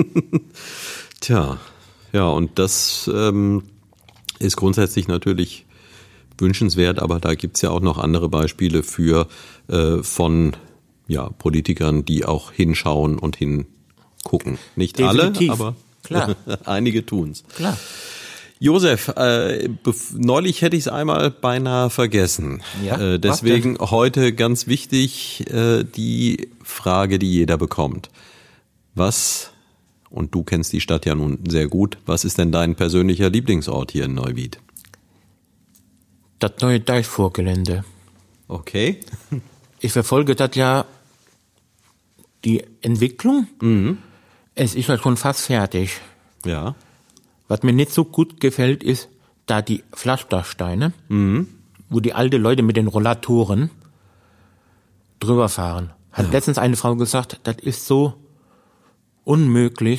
Tja, ja, und das ist grundsätzlich natürlich wünschenswert, aber da gibt's ja auch noch andere Beispiele von Politikern, die auch hinschauen und hingucken. Nicht Definitiv. Alle, aber klar. Einige tun's. Klar. Josef, neulich hätte ich es einmal beinahe vergessen. Ja, deswegen heute ganz wichtig die Frage, die jeder bekommt. Und du kennst die Stadt ja nun sehr gut, was ist denn dein persönlicher Lieblingsort hier in Neuwied? Das neue Deichvorgelände. Okay. Ich verfolge das ja, die Entwicklung. Es ist ja schon fast fertig. Ja. Was mir nicht so gut gefällt, ist, da die Pflastersteine, wo die alte Leute mit den Rollatoren drüber fahren. Hat letztens eine Frau gesagt, das ist so unmöglich,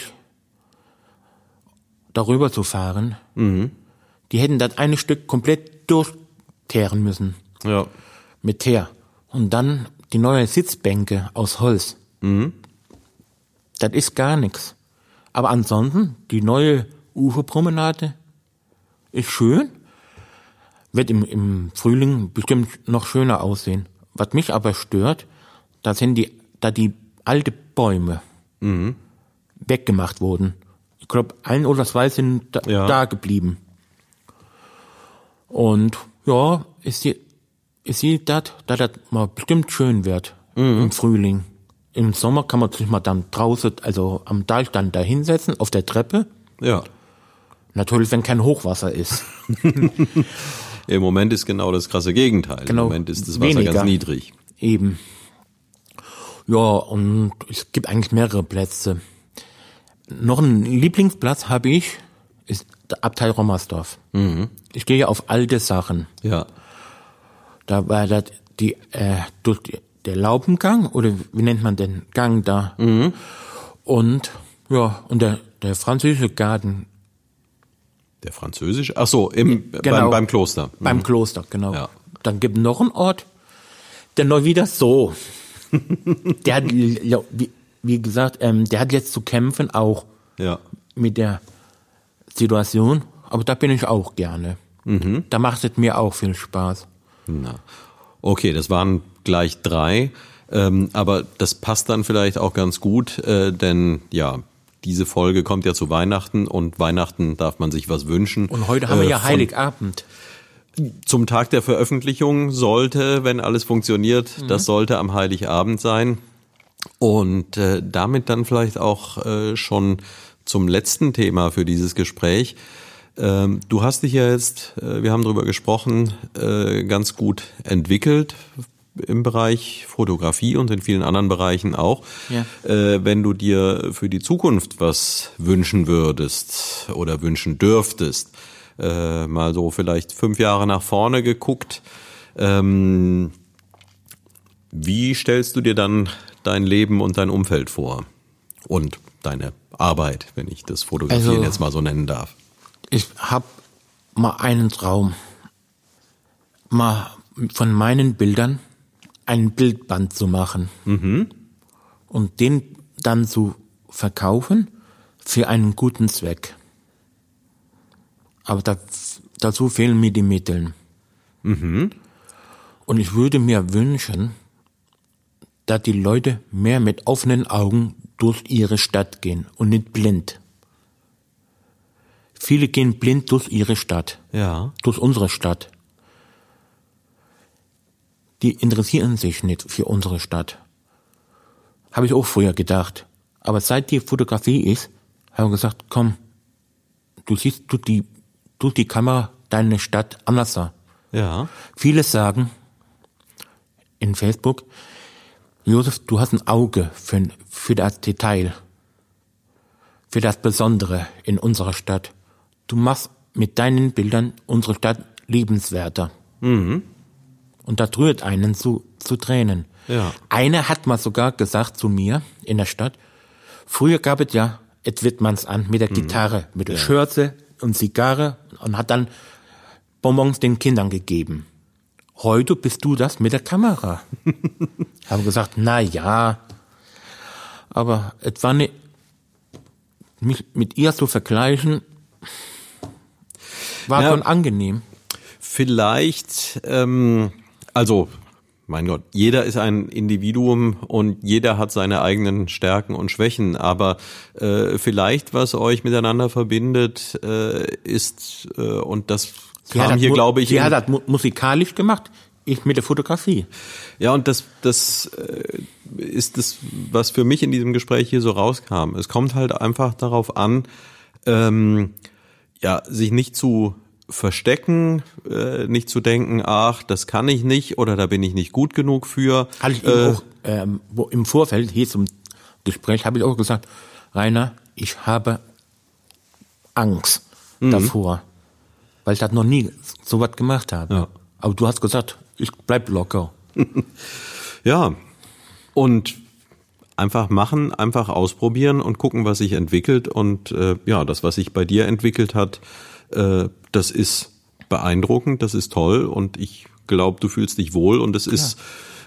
darüber zu fahren. Die hätten das eine Stück komplett durchteeren müssen. Ja. Mit Teer. Und dann die neue Sitzbänke aus Holz. Das ist gar nichts. Aber ansonsten, die neue Uferpromenade ist schön. Wird im Frühling bestimmt noch schöner aussehen. Was mich aber stört, da die alte Bäume weggemacht wurden. Ich glaube, 1 oder 2 sind da geblieben. Und ja, ich sehe, dass das mal bestimmt schön wird im Frühling. Im Sommer kann man sich mal dann draußen, also am Deich dann da hinsetzen, auf der Treppe. Ja. Natürlich, wenn kein Hochwasser ist. Im Moment ist genau das krasse Gegenteil. Genau, im Moment ist das Wasser ganz niedrig. Eben. Ja, und es gibt eigentlich mehrere Plätze. Noch einen Lieblingsplatz habe ich, ist der Abtei Rommersdorf. Ich gehe auf alte Sachen. Ja. Da war das durch der Laubengang, oder wie nennt man den Gang da? Und der französische Garten. Der französische? Ach so, beim Kloster. Beim Kloster, genau. Ja. Dann gibt es noch einen Ort, der Neuwieder Zoo. Der hat, wie gesagt, der hat jetzt zu kämpfen auch mit der Situation, aber da bin ich auch gerne. Da macht es mir auch viel Spaß. Na. Okay, das waren gleich 3, aber das passt dann vielleicht auch ganz gut, denn diese Folge kommt ja zu Weihnachten und Weihnachten darf man sich was wünschen. Und heute haben wir ja Heiligabend. Zum Tag der Veröffentlichung sollte, wenn alles funktioniert, das sollte am Heiligabend sein. Und damit dann vielleicht auch schon zum letzten Thema für dieses Gespräch. Du hast dich ja jetzt, wir haben drüber gesprochen, ganz gut entwickelt. im Bereich Fotografie und in vielen anderen Bereichen auch. Ja. Wenn du dir für die Zukunft was wünschen würdest oder wünschen dürftest, mal so vielleicht 5 Jahre nach vorne geguckt, wie stellst du dir dann dein Leben und dein Umfeld vor? Und deine Arbeit, wenn ich das Fotografieren jetzt mal so nennen darf. Ich habe mal einen Traum, mal von meinen Bildern ein Bildband zu machen und den dann zu verkaufen für einen guten Zweck. Aber dazu fehlen mir die Mittel. Und ich würde mir wünschen, dass die Leute mehr mit offenen Augen durch ihre Stadt gehen und nicht blind. Viele gehen blind durch ihre Stadt, durch unsere Stadt. Die interessieren sich nicht für unsere Stadt. Habe ich auch früher gedacht. Aber seit die Fotografie ist, habe ich gesagt, komm, du siehst durch die Kamera deine Stadt anders. Ja. Viele sagen in Facebook, Josef, du hast ein Auge für das Detail, für das Besondere in unserer Stadt. Du machst mit deinen Bildern unsere Stadt liebenswerter. Und das rührt einen zu Tränen. Ja. Einer hat mal sogar gesagt zu mir in der Stadt, früher gab es ja Ed Wittmanns an mit der Gitarre, mit der Schürze und Zigarre und hat dann Bonbons den Kindern gegeben. Heute bist du das mit der Kamera. Habe gesagt, na ja, aber es war nicht, mich mit ihr zu vergleichen, war schon angenehm. Vielleicht, also, mein Gott, jeder ist ein Individuum und jeder hat seine eigenen Stärken und Schwächen, aber vielleicht, was euch miteinander verbindet, ist, und das kam hier, glaube ich... Sie hat das musikalisch gemacht, ich mit der Fotografie. Ja, und das ist das, was für mich in diesem Gespräch hier so rauskam. Es kommt halt einfach darauf an, sich nicht zu verstecken, nicht zu denken, ach, das kann ich nicht oder da bin ich nicht gut genug für. Hatte ich eben auch, im Vorfeld, hier zum Gespräch, habe ich auch gesagt, Rainer, ich habe Angst davor, weil ich das noch nie so was gemacht habe. Ja. Aber du hast gesagt, ich bleib locker. Ja, und einfach machen, einfach ausprobieren und gucken, was sich entwickelt. Und das, was sich bei dir entwickelt hat, das ist beeindruckend, das ist toll und ich glaube, du fühlst dich wohl und es ist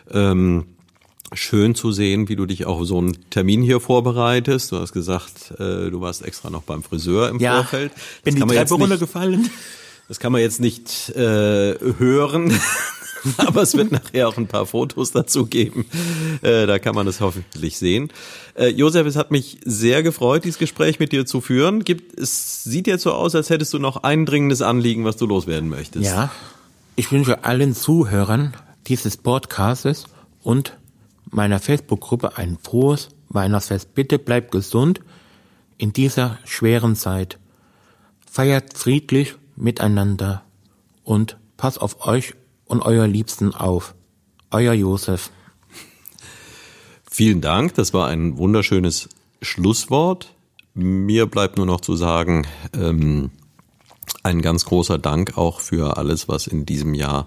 schön zu sehen, wie du dich auf so einen Termin hier vorbereitest. Du hast gesagt, du warst extra noch beim Friseur im Vorfeld. Bin die Treppe runtergefallen. Das kann man jetzt nicht hören, aber es wird nachher auch ein paar Fotos dazu geben. Da kann man das hoffentlich sehen. Josef, es hat mich sehr gefreut, dieses Gespräch mit dir zu führen. Es sieht jetzt so aus, als hättest du noch ein dringendes Anliegen, was du loswerden möchtest. Ja, ich wünsche allen Zuhörern dieses Podcasts und meiner Facebook-Gruppe ein frohes Weihnachtsfest. Bitte bleibt gesund in dieser schweren Zeit. Feiert friedlich miteinander und passt auf euch und euer Liebsten auf. Euer Josef. Vielen Dank, das war ein wunderschönes Schlusswort. Mir bleibt nur noch zu sagen, ein ganz großer Dank auch für alles, was in diesem Jahr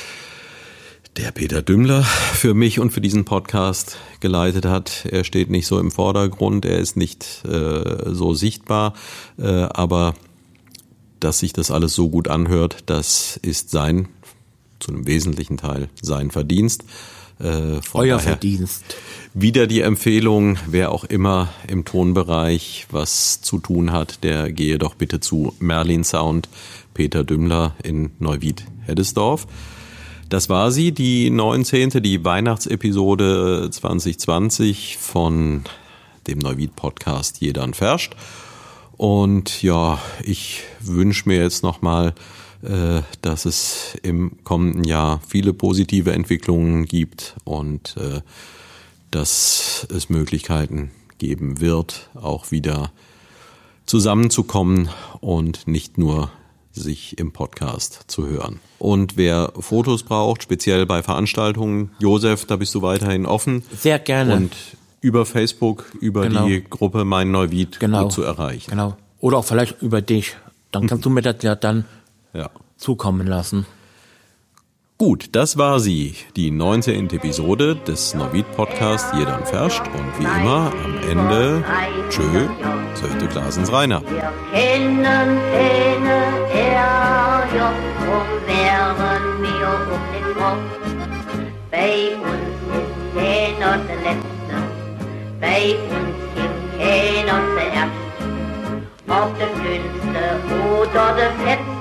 der Peter Dümmler für mich und für diesen Podcast geleitet hat. Er steht nicht so im Vordergrund, er ist nicht so sichtbar, aber dass sich das alles so gut anhört, das ist zu einem wesentlichen Teil sein Verdienst. Euer Verdienst. Wieder die Empfehlung, wer auch immer im Tonbereich was zu tun hat, der gehe doch bitte zu Merlin Sound, Peter Dümmler in Neuwied-Heddesdorf. Das war sie, die 19., die Weihnachtsepisode 2020 von dem Neuwied-Podcast Jedern Ferscht. Und ja, ich wünsche mir jetzt nochmal, dass es im kommenden Jahr viele positive Entwicklungen gibt und dass es Möglichkeiten geben wird, auch wieder zusammenzukommen und nicht nur sich im Podcast zu hören. Und wer Fotos braucht, speziell bei Veranstaltungen, Josef, da bist du weiterhin offen. Sehr gerne. Und über Facebook, über die Gruppe Mein Neuwied gut zu erreichen. Genau. Oder auch vielleicht über dich. Dann kannst du mir das ja dann zukommen lassen. Gut, das war sie, die 19. Episode des Neuwied-Podcasts Jedern Ferscht. Und wie immer am Ende, tschö, Söte Glasens Rainer. Wir kennen keine Ärger, drum wären wir auf den Kopf. Bei uns ist keiner der Letzte, bei uns gibt keiner zuerst. Ob der Dünnste oder der Fetzte,